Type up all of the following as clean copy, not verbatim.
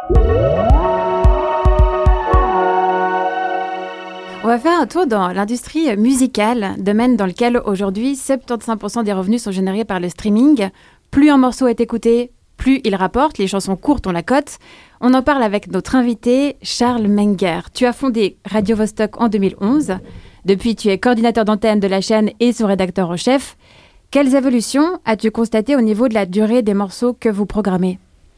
On va faire un tour dans l'industrie musicale, domaine dans lequel aujourd'hui 75% des revenus sont générés par le streaming. Plus un morceau est écouté, plus il rapporte. Les chansons courtes ont la cote. On en parle avec notre invité Charles Menger. Tu as fondé Radio Vostok en 2011. Depuis, tu es coordinateur d'antenne de la chaîne et son rédacteur en chef. Quelles évolutions as-tu constatées au niveau de la durée des morceaux que vous programmez ?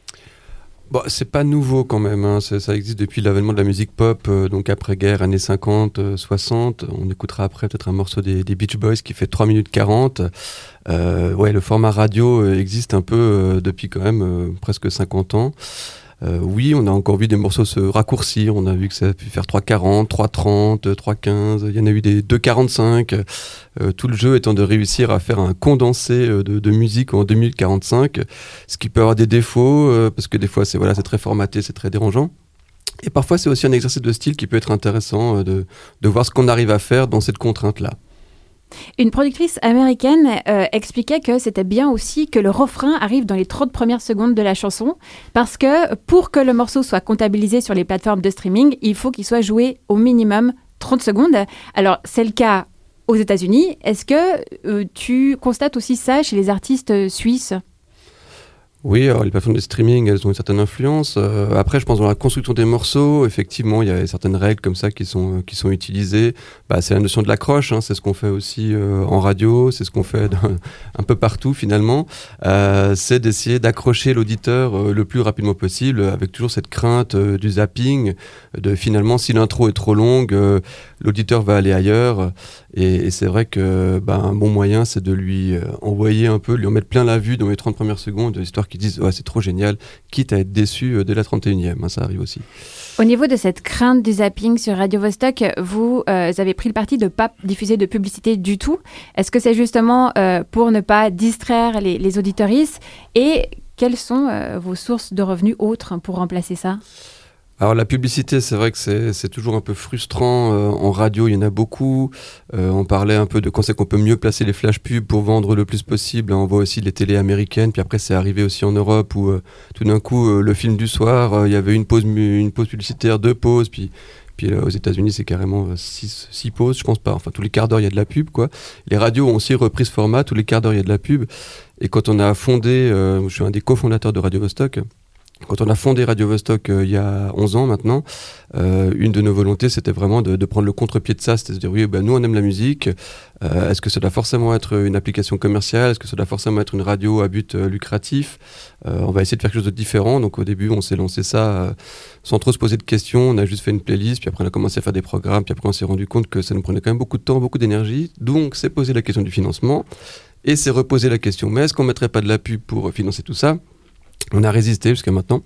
Bon, c'est pas nouveau quand même, hein. Ça existe depuis l'avènement de la musique pop, donc après-guerre, années 50, 60. On écoutera après peut-être un morceau des Beach Boys qui fait 3 minutes 40. Le format radio existe un peu depuis quand même presque 50 ans. Oui, on a encore vu des morceaux se raccourcir. On a vu que ça a pu faire 3,40, 3,30, 3,15. Il y en a eu des 2,45. Tout le jeu étant de réussir à faire un condensé de musique en 2 minutes 45, ce qui peut avoir des défauts, parce que des fois c'est très formaté, c'est très dérangeant. Et parfois c'est aussi un exercice de style qui peut être intéressant de voir ce qu'on arrive à faire dans cette contrainte-là. Une productrice américaine expliquait que c'était bien aussi que le refrain arrive dans les 30 premières secondes de la chanson, parce que pour que le morceau soit comptabilisé sur les plateformes de streaming, il faut qu'il soit joué au minimum 30 secondes. Alors, c'est le cas aux États-Unis. Est-ce que tu constates aussi ça chez les artistes suisses ? Oui, alors les plateformes de streaming, elles ont une certaine influence. Après, je pense dans la construction des morceaux, effectivement, il y a certaines règles comme ça qui sont utilisées. C'est la notion de l'accroche, hein, c'est ce qu'on fait aussi en radio, c'est ce qu'on fait un peu partout finalement. C'est d'essayer d'accrocher l'auditeur le plus rapidement possible, avec toujours cette crainte du zapping, de finalement, si l'intro est trop longue, l'auditeur va aller ailleurs. Et c'est vrai que un bon moyen, c'est de lui envoyer un peu, lui en mettre plein la vue dans les 30 premières secondes, histoire qu'ils disent « c'est trop génial », quitte à être déçu dès la 31e, hein, ça arrive aussi. Au niveau de cette crainte du zapping sur Radio Vostok, vous avez pris le parti de ne pas diffuser de publicité du tout. Est-ce que c'est justement pour ne pas distraire les auditeuristes ? Et quelles sont vos sources de revenus autres pour remplacer ça ? Alors la publicité, c'est vrai que c'est toujours un peu frustrant. En radio, il y en a beaucoup. On parlait un peu de quand c'est qu'on peut mieux placer les flash pubs pour vendre le plus possible. On voit aussi les télés américaines. Puis après, c'est arrivé aussi en Europe où tout d'un coup, le film du soir, il y avait une pause publicitaire, 2 pauses. Puis aux États-Unis, c'est carrément 6 pauses, je pense pas. Enfin, tous les quarts d'heure, il y a de la pub, quoi. Les radios ont aussi repris ce format. Tous les quarts d'heure, il y a de la pub. Et quand on a fondé, je suis un des cofondateurs de Radio Vostok. Quand on a fondé Radio Vostok il y a 11 ans maintenant, une de nos volontés, c'était vraiment de prendre le contre-pied de ça, c'est-à-dire oui, nous on aime la musique, est-ce que ça doit forcément être une application commerciale, est-ce que ça doit forcément être une radio à but lucratif, on va essayer de faire quelque chose de différent. Donc au début on s'est lancé ça sans trop se poser de questions, on a juste fait une playlist, puis après on a commencé à faire des programmes, puis après on s'est rendu compte que ça nous prenait quand même beaucoup de temps, beaucoup d'énergie, donc c'est posé la question du financement, et c'est reposé la question, mais est-ce qu'on mettrait pas de la pub pour financer tout ça ? On a résisté jusqu'à maintenant,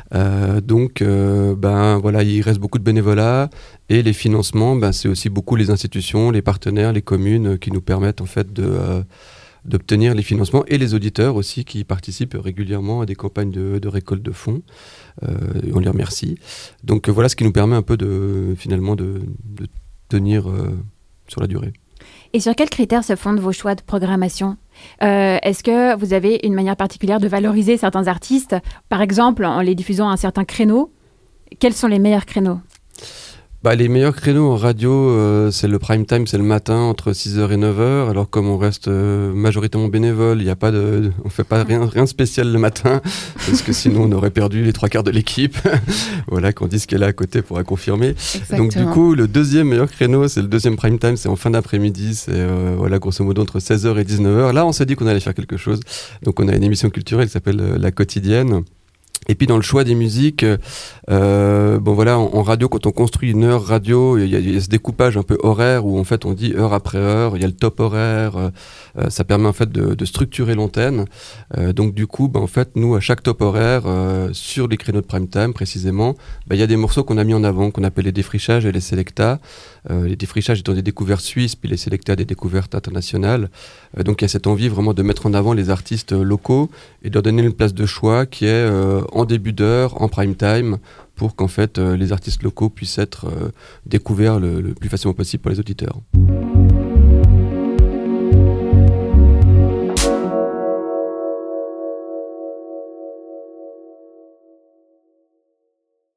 il reste beaucoup de bénévolat et les financements, c'est aussi beaucoup les institutions, les partenaires, les communes qui nous permettent en fait d'obtenir les financements et les auditeurs aussi qui participent régulièrement à des campagnes de récolte de fonds. On les remercie. Donc voilà ce qui nous permet un peu de tenir sur la durée. Et sur quels critères se fondent vos choix de programmation ? Est-ce que vous avez une manière particulière de valoriser certains artistes, par exemple en les diffusant à un certain créneau ? Quels sont les meilleurs créneaux ? Les meilleurs créneaux en radio, c'est le prime time, c'est le matin entre 6h et 9h. Alors comme on reste majoritairement bénévole, on fait pas rien de spécial le matin, parce que sinon on aurait perdu les 3 quarts de l'équipe. Voilà, Candice qui est là à côté pourra confirmer. Exactement. Donc du coup, le deuxième meilleur créneau, c'est le deuxième prime time, c'est en fin d'après-midi, c'est grosso modo entre 16h et 19h. Là, on s'est dit qu'on allait faire quelque chose. Donc on a une émission culturelle qui s'appelle La Quotidienne. Et puis dans le choix des musiques, en radio, quand on construit une heure radio, il y a ce découpage un peu horaire où en fait on dit heure après heure, il y a le top horaire, ça permet en fait de structurer l'antenne. Donc du coup, nous à chaque top horaire, sur les créneaux de prime time précisément, il y a des morceaux qu'on a mis en avant, qu'on appelle les défrichages et les selecta. Les défrichages étant des découvertes suisses, puis les selecta des découvertes internationales. Donc il y a cette envie vraiment de mettre en avant les artistes locaux et de leur donner une place de choix qui est en début d'heure, en prime time, pour qu'en fait les artistes locaux puissent être découverts le plus facilement possible par les auditeurs.